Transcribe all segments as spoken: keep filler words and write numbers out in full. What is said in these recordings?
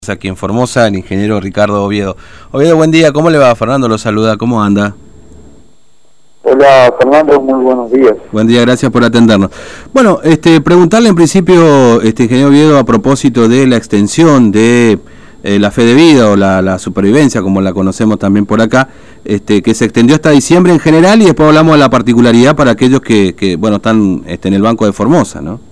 Aquí en Formosa, el ingeniero Ricardo Oviedo. Oviedo, buen día, ¿cómo le va? Fernando lo saluda, ¿cómo anda? Hola Fernando, muy buenos días. Buen día, gracias por atendernos. Bueno, este, preguntarle en principio, este ingeniero Oviedo, a propósito de la extensión de eh, la fe de vida o la, la supervivencia, como la conocemos también por acá, este, que se extendió hasta diciembre en general, y después hablamos de la particularidad para aquellos que, que bueno, están este, en el Banco de Formosa, ¿no?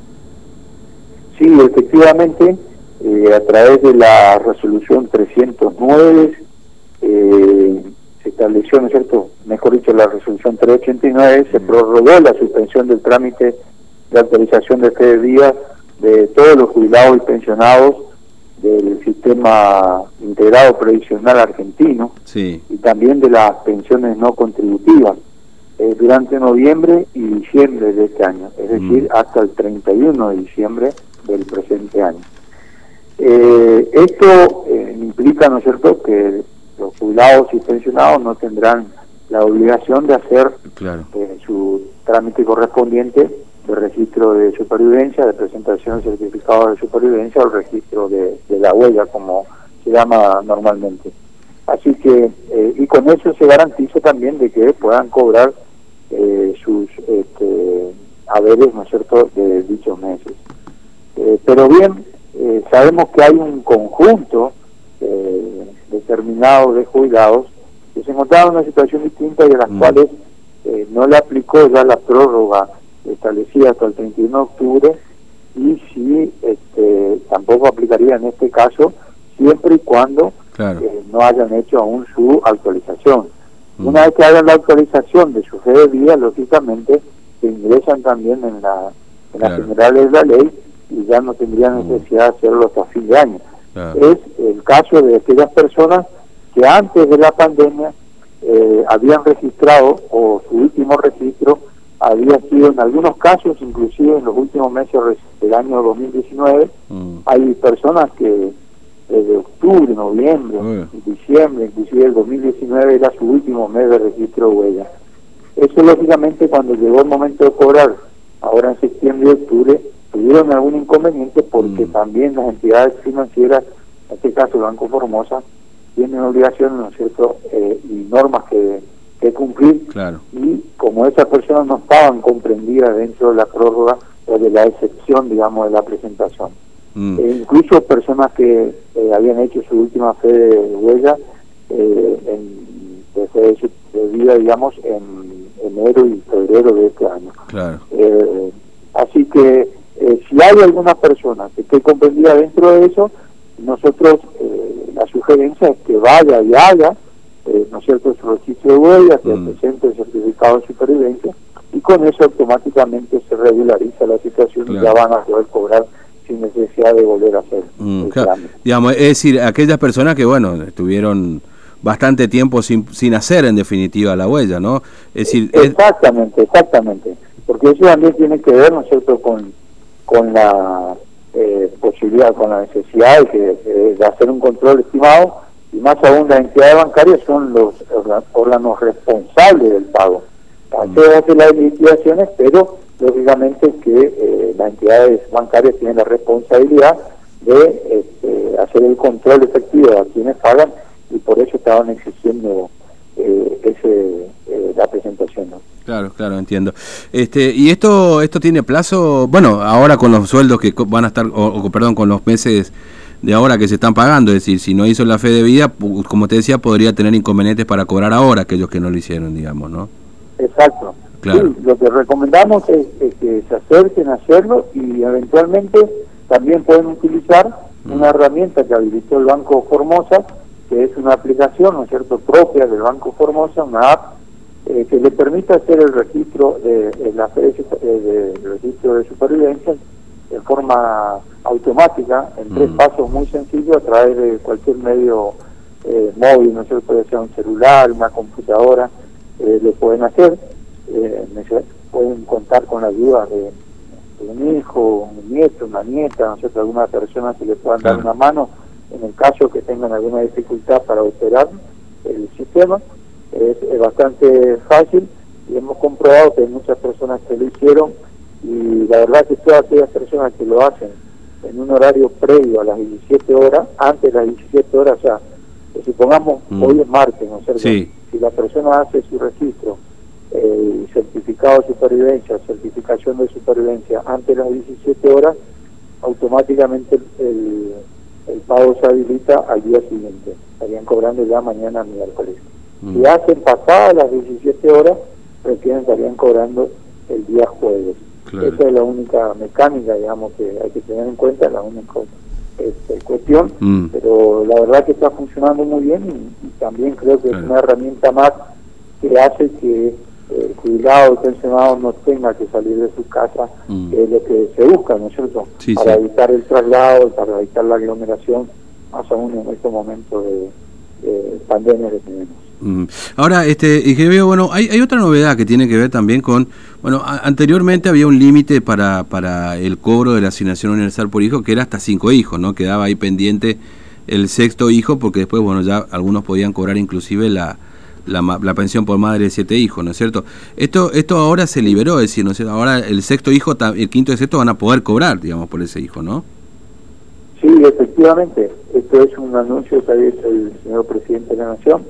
Sí, efectivamente, eh, a través de la resolución trescientos nueve, eh, se estableció, ¿no es cierto?, mejor dicho, la resolución trescientos ochenta y nueve, se prorrogó la suspensión del trámite de autorización de fe de vida de todos los jubilados y pensionados del sistema integrado previsional argentino, Sí. y también de las pensiones no contributivas eh, durante noviembre y diciembre de este año, es decir, mm. hasta el treinta y uno de diciembre del presente año. Eh, esto eh, implica, ¿no es cierto?, que los jubilados y pensionados no tendrán la obligación de hacer Claro. eh, su trámite correspondiente de registro de supervivencia, de presentación de certificado de supervivencia o el registro de, de la huella, como se llama normalmente. Así que, eh, y con eso se garantiza también de que puedan cobrar eh, sus este, haberes, ¿no es cierto?, de dichos meses. Eh, pero bien, eh, sabemos que hay un conjunto eh, determinado de jubilados que se encontraban en una situación distinta y a las mm. cuales eh, no le aplicó ya la prórroga establecida hasta el treinta y uno de octubre, y sí este, tampoco aplicaría en este caso, siempre y cuando Claro. eh, no hayan hecho aún su actualización. Mm. Una vez que hagan la actualización de su fe de vida, lógicamente se ingresan también en la en claro. las generales de la ley, y ya no tendrían necesidad de hacerlo hasta fin de año. Claro. Es el caso de aquellas personas que antes de la pandemia eh, habían registrado, o su último registro había sido en algunos casos, inclusive en los últimos meses del año dos mil diecinueve, mm. hay personas que desde octubre, noviembre, mm. diciembre, inclusive el dos mil diecinueve era su último mes de registro de huella. Eso lógicamente cuando llegó el momento de cobrar, ahora en septiembre y octubre, tuvieron algún inconveniente porque mm. también las entidades financieras, en este caso el Banco Formosa, tienen obligaciones, ¿no es cierto?, eh, y normas que, que cumplir, claro. Y como esas personas no estaban comprendidas dentro de la prórroga o de la excepción, digamos, de la presentación. Mm. E incluso personas que eh, habían hecho su última fe de huella, eh, en, de fe de, de vida, digamos, en enero y febrero de este año. Claro. Eh, así que Eh, si hay alguna persona que esté comprendida dentro de eso, nosotros eh, la sugerencia es que vaya y haga, eh, ¿no es cierto?, su registro de huellas, que mm. presente el certificado de supervivencia, y con eso automáticamente se regulariza la situación, claro. Y ya van a poder cobrar sin necesidad de volver a hacer mm, el claro. trámite. Digamos, es decir, aquellas personas que, bueno, estuvieron bastante tiempo sin, sin hacer en definitiva la huella, ¿no? Es decir, exactamente, es... exactamente, porque eso también tiene que ver, ¿no es cierto?, con con la eh, posibilidad, con la necesidad de, que, eh, de hacer un control estimado, y más aún las entidades bancarias son los órganos responsables del pago. Se hacen las liquidaciones, pero lógicamente que eh, las entidades bancarias tienen la responsabilidad de este, hacer el control efectivo a quienes pagan, y por eso estaban exigiendo eh, ese, eh, la presentación, ¿no? Claro, claro, entiendo. Este, y esto esto tiene plazo, bueno, ahora con los sueldos que van a estar, o, o perdón, con los meses de ahora que se están pagando, es decir, si no hizo la fe de vida, como te decía, podría tener inconvenientes para cobrar ahora aquellos que no lo hicieron, digamos, ¿no? Exacto. Claro. Sí, lo que recomendamos es, es que se acerquen a hacerlo, y eventualmente también pueden utilizar mm. una herramienta que habilitó el Banco Formosa, que es una aplicación, ¿no es cierto?, propia del Banco Formosa, una app, Eh, que le permita hacer el registro de, de la fe de, de, de registro de supervivencia en forma automática, en tres mm. pasos muy sencillos, a través de cualquier medio eh, móvil, no sé, puede ser un celular, una computadora, eh, lo pueden hacer, eh, pueden contar con la ayuda de, de un hijo, un nieto, una nieta, no sé, alguna persona que le puedan claro. dar una mano en el caso que tengan alguna dificultad para operar el sistema. Es, es bastante fácil, y hemos comprobado que hay muchas personas que lo hicieron, y la verdad que todas aquellas personas que lo hacen en un horario previo a las diecisiete horas, antes de las diecisiete horas, o sea, que supongamos mm. hoy es martes, ¿no es cierto? Sí. Si la persona hace su registro, eh, certificado de supervivencia, certificación de supervivencia antes de las diecisiete horas, automáticamente el, el pago se habilita al día siguiente. Estarían cobrando ya mañana miércoles. Mm. Si hacen pasadas las diecisiete horas, recién estarían cobrando el día jueves. Claro. Esa es la única mecánica, digamos, que hay que tener en cuenta, la única este, cuestión, mm. pero la verdad que está funcionando muy bien y, y también creo que claro. es una herramienta más que hace que el jubilado o pensionado no tenga que salir de su casa, mm. que es lo que se busca, ¿no es cierto? Sí, para sí. evitar el traslado, para evitar la aglomeración, más aún en estos momentos de, de pandemia que tenemos. Mm. Ahora, este, y que veo, bueno, hay, hay otra novedad que tiene que ver también con, bueno, a, anteriormente había un límite para, para el cobro de la asignación universal por hijo, que era hasta cinco hijos, ¿no? Quedaba ahí pendiente el sexto hijo, porque después, bueno, ya algunos podían cobrar inclusive la, la, la pensión por madre de siete hijos, ¿no es cierto? Esto, esto ahora se liberó, es decir, ¿no es cierto? Ahora el sexto hijo, el quinto y el sexto van a poder cobrar, digamos, por ese hijo, ¿no? Sí, efectivamente, esto es un anuncio que ha hecho el señor presidente de la Nación,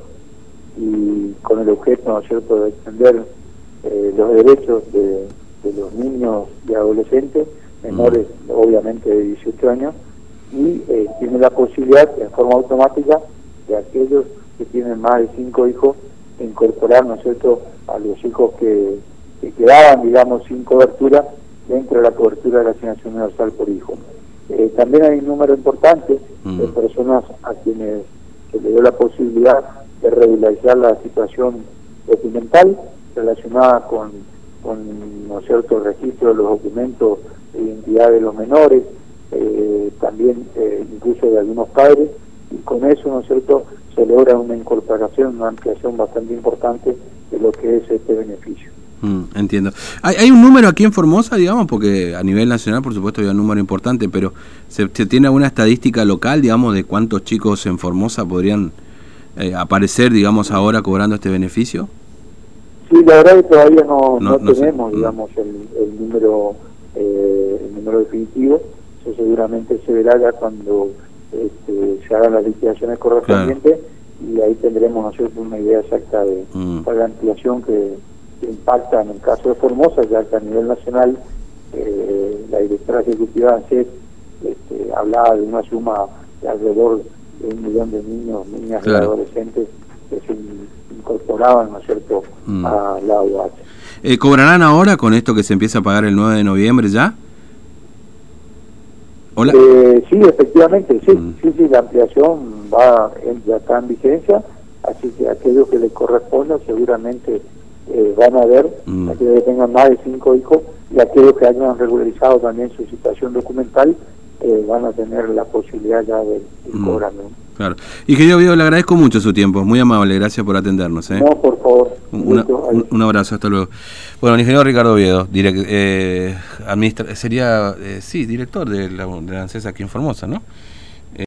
y con el objeto, ¿no es cierto?, de extender eh, los derechos de, de los niños y adolescentes menores, mm. obviamente de dieciocho años, y eh, tiene la posibilidad, en forma automática, de aquellos que tienen más de cinco hijos, incorporar, ¿no es cierto?, a los hijos que, que quedaban, digamos, sin cobertura, dentro de la cobertura de la asignación universal por hijo. Eh, también hay un número importante mm. de personas a quienes se le dio la posibilidad de regularizar la situación documental relacionada con, con ¿no es cierto?, el registro de los documentos de identidad de los menores, eh, también eh, incluso de algunos padres, y con eso, ¿no es cierto?, se logra una incorporación, una ampliación bastante importante de lo que es este beneficio. Mm, entiendo. ¿Hay, ¿Hay un número aquí en Formosa, digamos? Porque a nivel nacional, por supuesto, hay un número importante, pero ¿se, se tiene alguna estadística local, digamos, de cuántos chicos en Formosa podrían Eh, aparecer, digamos, ahora cobrando este beneficio? Sí, la verdad que todavía no, no, no, no tenemos, sé. digamos, el, el número eh, el número definitivo. Eso seguramente se verá ya cuando este, se hagan las liquidaciones correspondientes, claro. y ahí tendremos, ¿no es cierto?, una idea exacta de mm. la ampliación que, que impacta en el caso de Formosa, ya que a nivel nacional eh, la directora ejecutiva de ANSES este, hablaba de una suma de alrededor de un millón de niños, niñas claro. y adolescentes que se incorporaban, ¿no es cierto?, mm. a la U H. Eh, ¿Cobrarán ahora con esto que se empieza a pagar el nueve de noviembre ya? ¿Hola? Eh, sí, efectivamente, sí, mm. sí, sí, la ampliación va en, ya está en vigencia, así que aquellos que les corresponda seguramente eh, van a ver, mm. aquellos que tengan más de cinco hijos y aquellos que hayan regularizado también su situación documental, Eh, van a tener la posibilidad ya de, de mm, cobrarlo. Claro. Ingeniero Viedo, le agradezco mucho su tiempo, muy amable, gracias por atendernos. ¿eh? No, por favor. Una, un, un abrazo, hasta luego. Bueno, el ingeniero Ricardo Viedo, direct, eh, administra, sería, eh, sí, director de la, de la ANSES aquí en Formosa, ¿no?